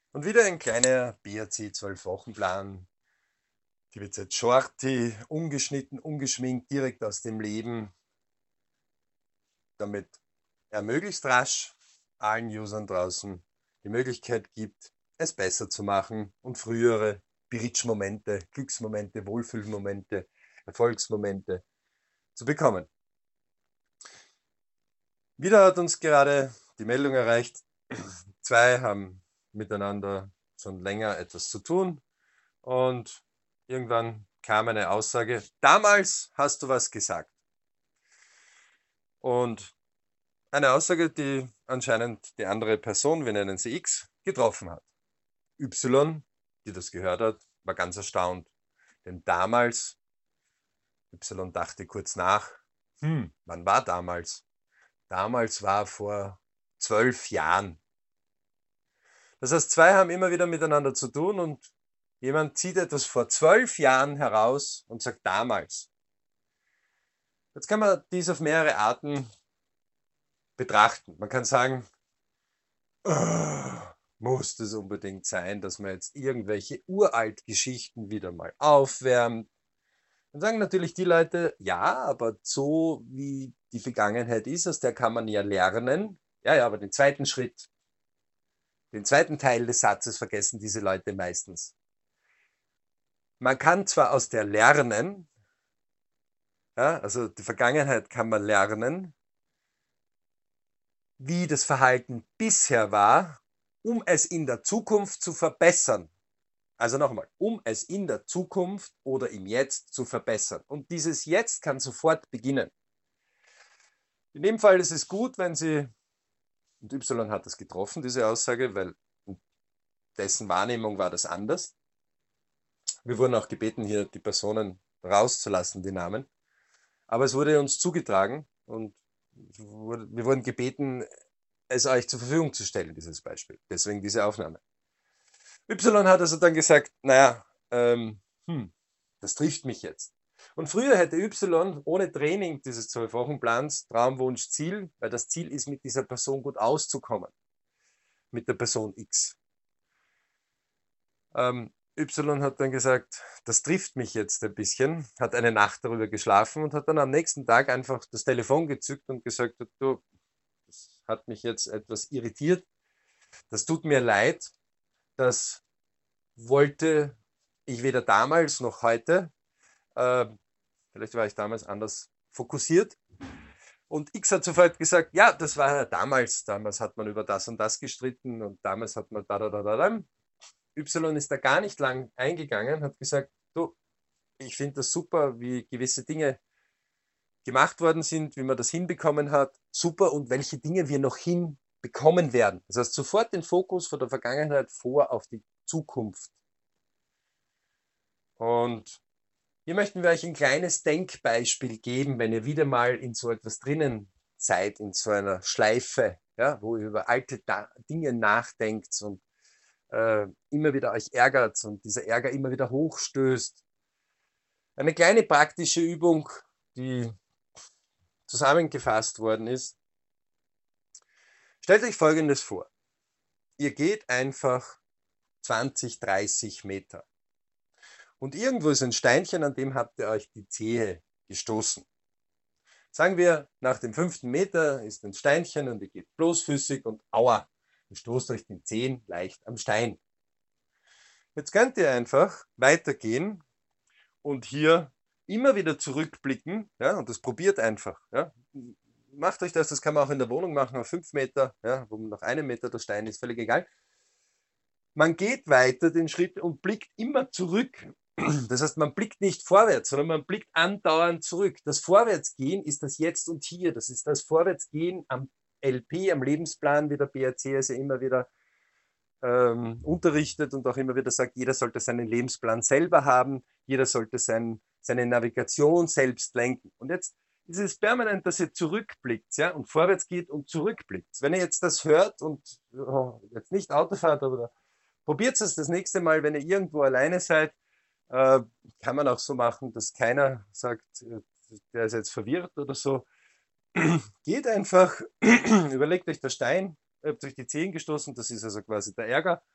Und wieder ein kleiner BRC 12-Wochen-Plan. Die wird jetzt shorty, ungeschnitten, ungeschminkt, direkt aus dem Leben, damit er möglichst rasch allen Usern draußen die Möglichkeit gibt, es besser zu machen und frühere Bridge-Momente, Glücksmomente, Wohlfühlmomente, Erfolgsmomente zu bekommen. Wieder hat uns gerade die Meldung erreicht, zwei haben miteinander schon länger etwas zu tun und irgendwann kam eine Aussage, damals hast du was gesagt. Und eine Aussage, die anscheinend die andere Person, wir nennen sie X, getroffen hat. Y, die das gehört hat, war ganz erstaunt. Denn damals, Y dachte kurz nach, wann war damals? Damals war vor 12 Jahren. Das heißt, zwei haben immer wieder miteinander zu tun und jemand zieht etwas vor 12 Jahren heraus und sagt damals. Jetzt kann man dies auf mehrere Arten betrachten. Man kann sagen, muss das unbedingt sein, dass man jetzt irgendwelche Uraltgeschichten wieder mal aufwärmt. Dann sagen natürlich die Leute, ja, aber so wie die Vergangenheit ist, aus der kann man ja lernen. Ja, ja, aber den zweiten Schritt, den zweiten Teil des Satzes vergessen diese Leute meistens. Man kann zwar aus der lernen, ja, also die Vergangenheit kann man lernen, wie das Verhalten bisher war, um es in der Zukunft zu verbessern. Also nochmal, um es in der Zukunft oder im Jetzt zu verbessern. Und dieses Jetzt kann sofort beginnen. In dem Fall ist es gut, wenn Sie, und Y hat das getroffen, diese Aussage, weil dessen Wahrnehmung war das anders. Wir wurden auch gebeten, hier die Personen rauszulassen, die Namen. Aber es wurde uns zugetragen und wir wurden gebeten, es euch zur Verfügung zu stellen, dieses Beispiel. Deswegen diese Aufnahme. Y hat also dann gesagt, naja, das trifft mich jetzt. Und früher hätte Y ohne Training dieses 12-Wochen-Plans Traum, Wunsch, Ziel, weil das Ziel ist, mit dieser Person gut auszukommen, mit der Person X. Y hat dann gesagt, das trifft mich jetzt ein bisschen, hat eine Nacht darüber geschlafen und hat dann am nächsten Tag einfach das Telefon gezückt und gesagt, du, das hat mich jetzt etwas irritiert, das tut mir leid, das wollte ich weder damals noch heute. Äh, Vielleicht war ich damals anders fokussiert. Und X hat sofort gesagt, ja, das war ja damals. Damals hat man über das und das gestritten und damals hat man da. Y ist da gar nicht lang eingegangen, hat gesagt, du, ich finde das super, wie gewisse Dinge gemacht worden sind, wie man das hinbekommen hat. Super und welche Dinge wir noch hinbekommen werden. Das heißt, sofort den Fokus von der Vergangenheit vor auf die Zukunft. Und hier möchten wir euch ein kleines Denkbeispiel geben, wenn ihr wieder mal in so etwas drinnen seid, in so einer Schleife, ja, wo ihr über alte Dinge nachdenkt und immer wieder euch ärgert und dieser Ärger immer wieder hochstößt. Eine kleine praktische Übung, die zusammengefasst worden ist. Stellt euch Folgendes vor. Ihr geht einfach 20, 30 Meter. Und irgendwo ist ein Steinchen, an dem habt ihr euch die Zehe gestoßen. Sagen wir, nach dem 5. Meter ist ein Steinchen und ihr geht bloßfüßig und aua, ihr stoßt euch den Zehen leicht am Stein. Jetzt könnt ihr einfach weitergehen und hier immer wieder zurückblicken, ja, und das probiert einfach. Ja. Macht euch das kann man auch in der Wohnung machen, auf 5 Meter, ja, wo nach 1 Meter der Stein ist, völlig egal. Man geht weiter den Schritt und blickt immer zurück. Das heißt, man blickt nicht vorwärts, sondern man blickt andauernd zurück. Das Vorwärtsgehen ist das Jetzt und Hier. Das ist das Vorwärtsgehen am LP, am Lebensplan, wie der BRC es ja immer wieder unterrichtet und auch immer wieder sagt, jeder sollte seinen Lebensplan selber haben, jeder sollte seine Navigation selbst lenken. Und jetzt ist es permanent, dass ihr zurückblickt, ja, und vorwärts geht und zurückblickt. Wenn ihr jetzt das hört und jetzt nicht Auto fahrt, aber probiert es das nächste Mal, wenn ihr irgendwo alleine seid, äh, kann man auch so machen, dass keiner sagt, der ist jetzt verwirrt oder so. Geht einfach, überlegt euch der Stein, ihr habt euch die Zehen gestoßen, das ist also quasi der Ärger.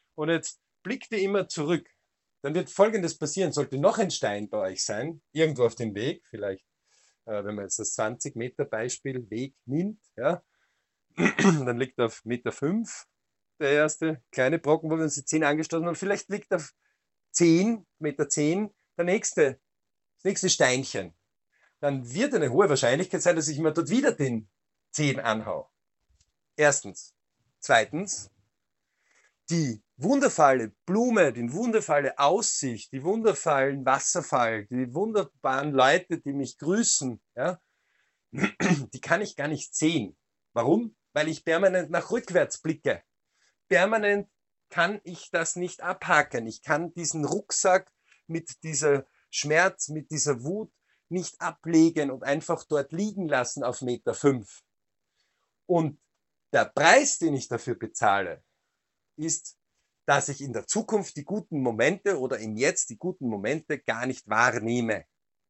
Und jetzt blickt ihr immer zurück. Dann wird Folgendes passieren. Sollte noch ein Stein bei euch sein, irgendwo auf dem Weg, vielleicht, wenn man jetzt das 20 Meter Beispiel Weg nimmt, ja, dann liegt auf Meter 5 der erste kleine Brocken, wo wir uns die 10 angestoßen haben. Vielleicht liegt auf 10, Meter 10 das nächste Steinchen. Dann wird eine hohe Wahrscheinlichkeit sein, dass ich mir dort wieder den 10 anhau. Erstens. Zweitens, die wundervolle Blume, die wundervolle Aussicht, die wundervollen Wasserfall, die wunderbaren Leute, die mich grüßen, ja, die kann ich gar nicht sehen. Warum? Weil ich permanent nach rückwärts blicke. Permanent kann ich das nicht abhaken. Ich kann diesen Rucksack mit dieser Schmerz, mit dieser Wut nicht ablegen und einfach dort liegen lassen auf Meter 5. Und der Preis, den ich dafür bezahle, ist, dass ich in der Zukunft die guten Momente oder im Jetzt die guten Momente gar nicht wahrnehme.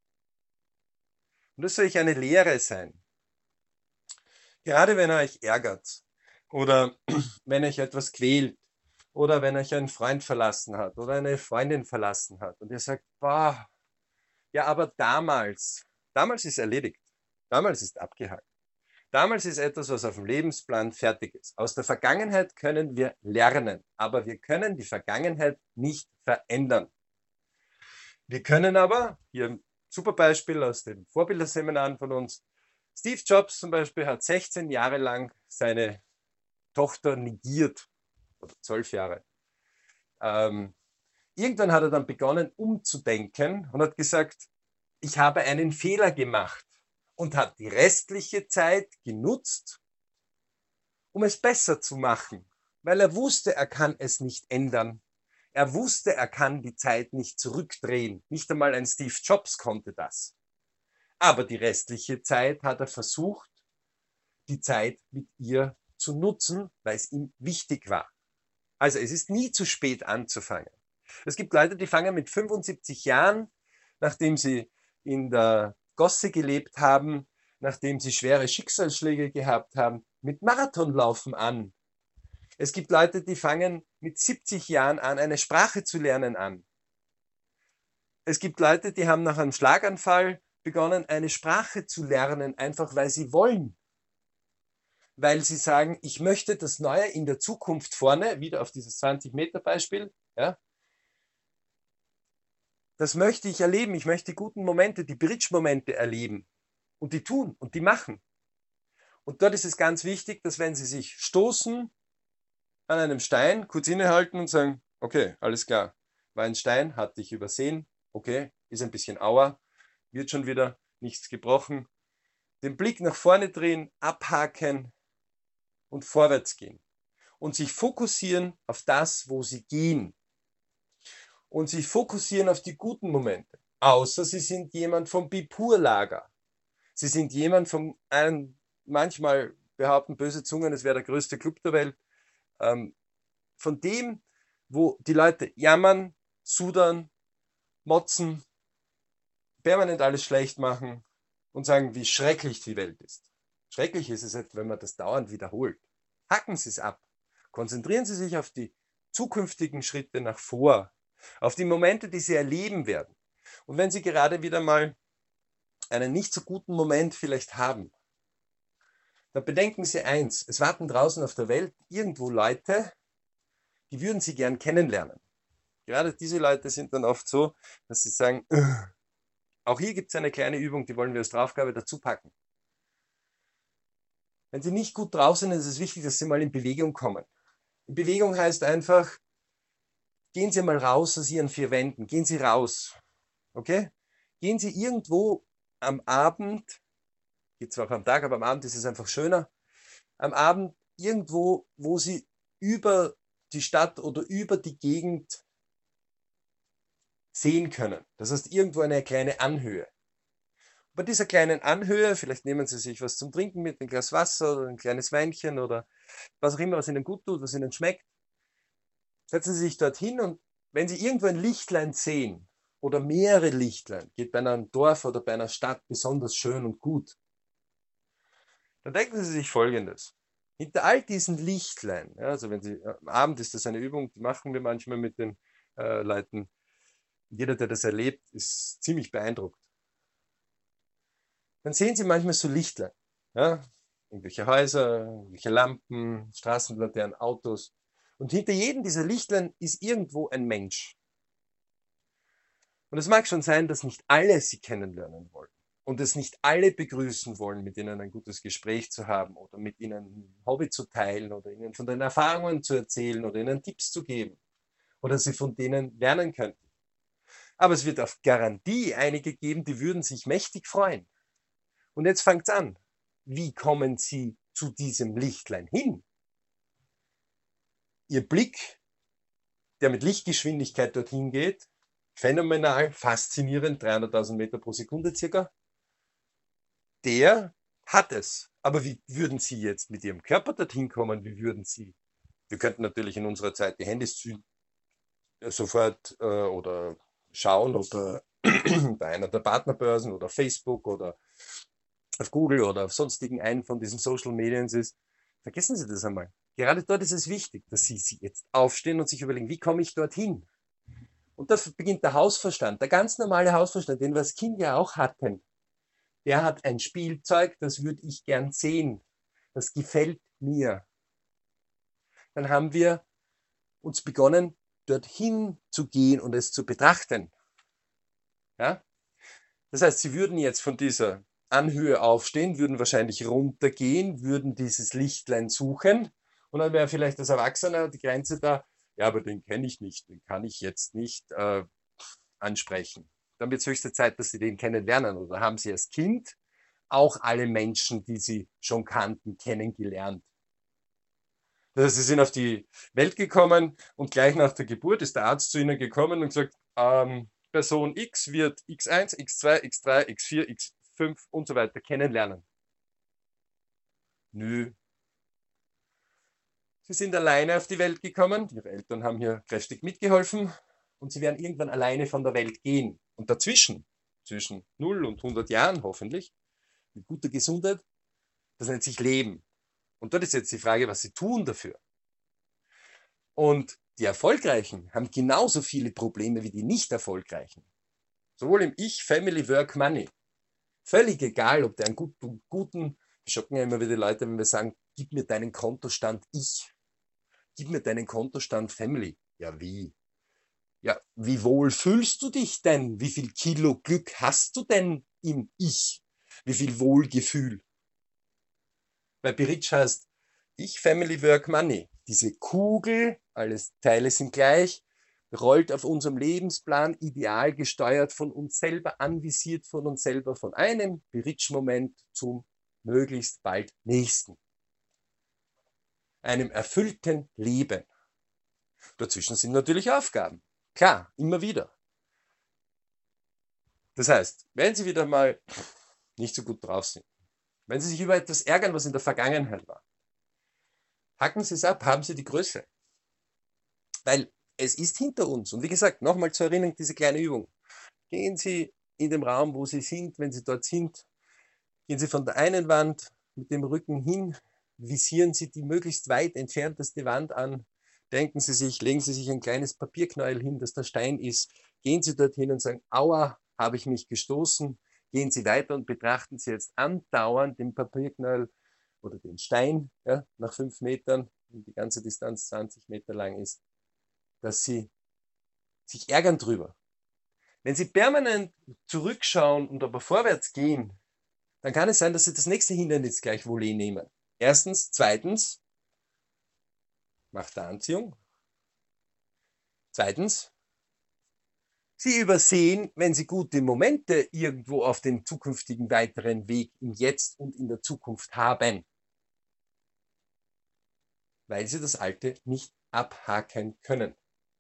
Und das soll eine Lehre sein. Gerade wenn er euch ärgert oder wenn euch etwas quält oder wenn euch ein Freund verlassen hat oder eine Freundin verlassen hat und ihr sagt, boah, ja, aber damals ist erledigt. Damals ist abgehakt. Damals ist etwas, was auf dem Lebensplan fertig ist. Aus der Vergangenheit können wir lernen, aber wir können die Vergangenheit nicht verändern. Wir können aber, hier ein super Beispiel aus den Vorbilderseminaren von uns, Steve Jobs zum Beispiel hat 16 Jahre lang seine Tochter negiert, oder 12 Jahre. Irgendwann hat er dann begonnen umzudenken und hat gesagt, ich habe einen Fehler gemacht und hat die restliche Zeit genutzt, um es besser zu machen, weil er wusste, er kann es nicht ändern. Er wusste, er kann die Zeit nicht zurückdrehen. Nicht einmal ein Steve Jobs konnte das. Aber die restliche Zeit hat er versucht, die Zeit mit ihr zu nutzen, weil es ihm wichtig war. Also es ist nie zu spät anzufangen. Es gibt Leute, die fangen mit 75 Jahren, nachdem sie in der Gosse gelebt haben, nachdem sie schwere Schicksalsschläge gehabt haben, mit Marathonlaufen an. Es gibt Leute, die fangen mit 70 Jahren an, eine Sprache zu lernen an. Es gibt Leute, die haben nach einem Schlaganfall begonnen, eine Sprache zu lernen, einfach weil sie wollen. Weil sie sagen, ich möchte das Neue in der Zukunft vorne, wieder auf dieses 20-Meter-Beispiel, ja, das möchte ich erleben. Ich möchte die guten Momente, die Bridge-Momente erleben. Und die tun und die machen. Und dort ist es ganz wichtig, dass wenn sie sich stoßen an einem Stein, kurz innehalten und sagen, okay, alles klar, war ein Stein, hat dich übersehen, okay, ist ein bisschen Aua, wird schon wieder nichts gebrochen. Den Blick nach vorne drehen, abhaken und vorwärts gehen. Und sich fokussieren auf das, wo sie gehen. Und sich fokussieren auf die guten Momente. Außer sie sind jemand vom Bipur-Lager. Sie sind jemand von einem, manchmal behaupten böse Zungen, es wäre der größte Club der Welt, von dem, wo die Leute jammern, sudern, motzen, permanent alles schlecht machen und sagen, wie schrecklich die Welt ist. Schrecklich ist es, wenn man das dauernd wiederholt. Hacken Sie es ab. Konzentrieren Sie sich auf die zukünftigen Schritte nach vor, auf die Momente, die Sie erleben werden. Und wenn Sie gerade wieder mal einen nicht so guten Moment vielleicht haben, dann bedenken Sie eins, es warten draußen auf der Welt irgendwo Leute, die würden Sie gern kennenlernen. Gerade diese Leute sind dann oft so, dass sie sagen, auch hier gibt es eine kleine Übung, die wollen wir als Draufgabe dazu packen. Wenn Sie nicht gut drauf sind, ist es wichtig, dass Sie mal in Bewegung kommen. In Bewegung heißt einfach, gehen Sie mal raus aus Ihren 4 Wänden, gehen Sie raus, okay? Gehen Sie irgendwo am Abend, geht zwar auch am Tag, aber am Abend ist es einfach schöner, am Abend irgendwo, wo Sie über die Stadt oder über die Gegend sehen können. Das heißt, irgendwo eine kleine Anhöhe. Bei dieser kleinen Anhöhe, vielleicht nehmen Sie sich was zum Trinken mit, ein Glas Wasser oder ein kleines Weinchen oder was auch immer, was Ihnen gut tut, was Ihnen schmeckt. Setzen Sie sich dorthin und wenn Sie irgendwo ein Lichtlein sehen oder mehrere Lichtlein, geht bei einem Dorf oder bei einer Stadt besonders schön und gut, dann denken Sie sich Folgendes. Hinter all diesen Lichtlein, ja, also wenn Sie, am Abend ist das eine Übung, die machen wir manchmal mit den Leuten. Jeder, der das erlebt, ist ziemlich beeindruckt. Dann sehen Sie manchmal so Lichtlein, ja, irgendwelche Häuser, irgendwelche Lampen, Straßenlaternen, Autos. Und hinter jedem dieser Lichtlein ist irgendwo ein Mensch. Und es mag schon sein, dass nicht alle Sie kennenlernen wollen und es nicht alle begrüßen wollen, mit ihnen ein gutes Gespräch zu haben oder mit ihnen ein Hobby zu teilen oder ihnen von den Erfahrungen zu erzählen oder ihnen Tipps zu geben oder Sie von denen lernen könnten. Aber es wird auf Garantie einige geben, die würden sich mächtig freuen. Und jetzt fängt's an. Wie kommen Sie zu diesem Lichtlein hin? Ihr Blick, der mit Lichtgeschwindigkeit dorthin geht, phänomenal, faszinierend, 300.000 Meter pro Sekunde circa, der hat es. Aber wie würden Sie jetzt mit Ihrem Körper dorthin kommen? Wie würden Sie? Wir könnten natürlich in unserer Zeit die Handys ziehen, sofort oder schauen, ob bei einer der Partnerbörsen oder Facebook oder auf Google oder auf sonstigen einen von diesen Social Mediens ist. Vergessen Sie das einmal. Gerade dort ist es wichtig, dass Sie jetzt aufstehen und sich überlegen, wie komme ich dorthin? Und da beginnt der Hausverstand, der ganz normale Hausverstand, den wir als Kind ja auch hatten. Der hat ein Spielzeug, das würde ich gern sehen. Das gefällt mir. Dann haben wir uns begonnen, dorthin zu gehen und es zu betrachten. Ja? Das heißt, Sie würden jetzt von dieser Anhöhe aufstehen, würden wahrscheinlich runtergehen, würden dieses Lichtlein suchen und dann wäre vielleicht als Erwachsener die Grenze da, ja, aber den kenne ich nicht, den kann ich jetzt nicht ansprechen. Dann wird es höchste Zeit, dass Sie den kennenlernen. Oder haben Sie als Kind auch alle Menschen, die Sie schon kannten, kennengelernt? Das heißt, Sie sind auf die Welt gekommen und gleich nach der Geburt ist der Arzt zu Ihnen gekommen und gesagt, Person X wird X1, X2, X3, X4, X5 und so weiter kennenlernen. Nö. Sie sind alleine auf die Welt gekommen, Ihre Eltern haben hier kräftig mitgeholfen und Sie werden irgendwann alleine von der Welt gehen. Und dazwischen, zwischen 0 und 100 Jahren hoffentlich, mit guter Gesundheit, das nennt sich Leben. Und dort ist jetzt die Frage, was Sie tun dafür. Und die Erfolgreichen haben genauso viele Probleme wie die nicht Erfolgreichen. Sowohl im Ich, Family, Work, Money. Völlig egal, ob der einen guten, wir schocken ja immer wieder die Leute, wenn wir sagen, gib mir deinen Kontostand Ich. Gib mir deinen Kontostand Family. Ja, wie? Ja, wie wohl fühlst du dich denn? Wie viel Kilo Glück hast du denn im Ich? Wie viel Wohlgefühl? Weil Bericch heißt Ich, Family, Work, Money. Diese Kugel, alles Teile sind gleich, rollt auf unserem Lebensplan ideal gesteuert von uns selber, anvisiert von uns selber, von einem Bericch-Moment zum möglichst bald nächsten. Einem erfüllten Leben. Dazwischen sind natürlich Aufgaben. Klar, immer wieder. Das heißt, wenn Sie wieder mal nicht so gut drauf sind, wenn Sie sich über etwas ärgern, was in der Vergangenheit war, hacken Sie es ab, haben Sie die Größe. Weil es ist hinter uns. Und wie gesagt, nochmal zur Erinnerung, diese kleine Übung. Gehen Sie in dem Raum, wo Sie sind, wenn Sie dort sind, gehen Sie von der einen Wand mit dem Rücken hin, visieren Sie die möglichst weit entfernteste Wand an, denken Sie sich, legen Sie sich ein kleines Papierknäuel hin, dass der Stein ist, gehen Sie dorthin und sagen, aua, habe ich mich gestoßen, gehen Sie weiter und betrachten Sie jetzt andauernd den Papierknäuel oder den Stein, ja, nach 5 Metern, und die ganze Distanz 20 Meter lang ist, dass Sie sich ärgern drüber. Wenn Sie permanent zurückschauen und aber vorwärts gehen, dann kann es sein, dass Sie das nächste Hindernis gleich wohl nehmen. Erstens. Zweitens, Macht der Anziehung. Zweitens, Sie übersehen, wenn Sie gute Momente irgendwo auf dem zukünftigen weiteren Weg im Jetzt und in der Zukunft haben, weil Sie das Alte nicht abhaken können.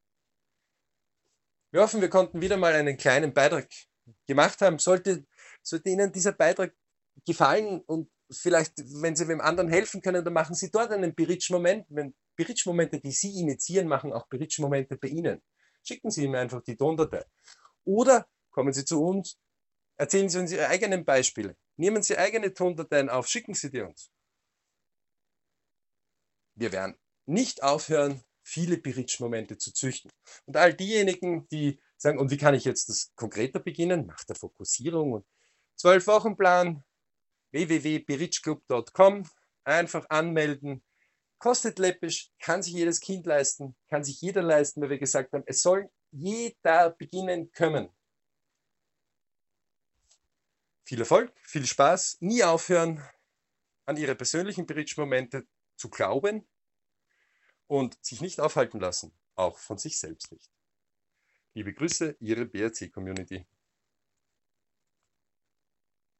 Wir hoffen, wir konnten wieder mal einen kleinen Beitrag gemacht haben. Sollte Ihnen dieser Beitrag gefallen und vielleicht, wenn Sie wem anderen helfen können, dann machen Sie dort einen Bericch-Moment. Wenn Bericch-Momente, die Sie initiieren, machen auch Bericch-Momente bei Ihnen. Schicken Sie ihm einfach die Tondatei. Oder kommen Sie zu uns, erzählen Sie uns Ihre eigenen Beispiele. Nehmen Sie eigene Tondateien auf, schicken Sie die uns. wir werden nicht aufhören, viele Berichtsmomente zu züchten. Und all diejenigen, die sagen, und wie kann ich jetzt das konkreter beginnen? Nach der Fokussierung und 12-Wochen-Plan, www.berichclub.com, einfach anmelden, kostet läppisch, kann sich jedes Kind leisten, kann sich jeder leisten, weil wir gesagt haben, es soll jeder beginnen können. Viel Erfolg, viel Spaß, nie aufhören, an Ihre persönlichen Berichtsmomente zu glauben und sich nicht aufhalten lassen, auch von sich selbst nicht. Liebe Grüße, Ihre BRC-Community.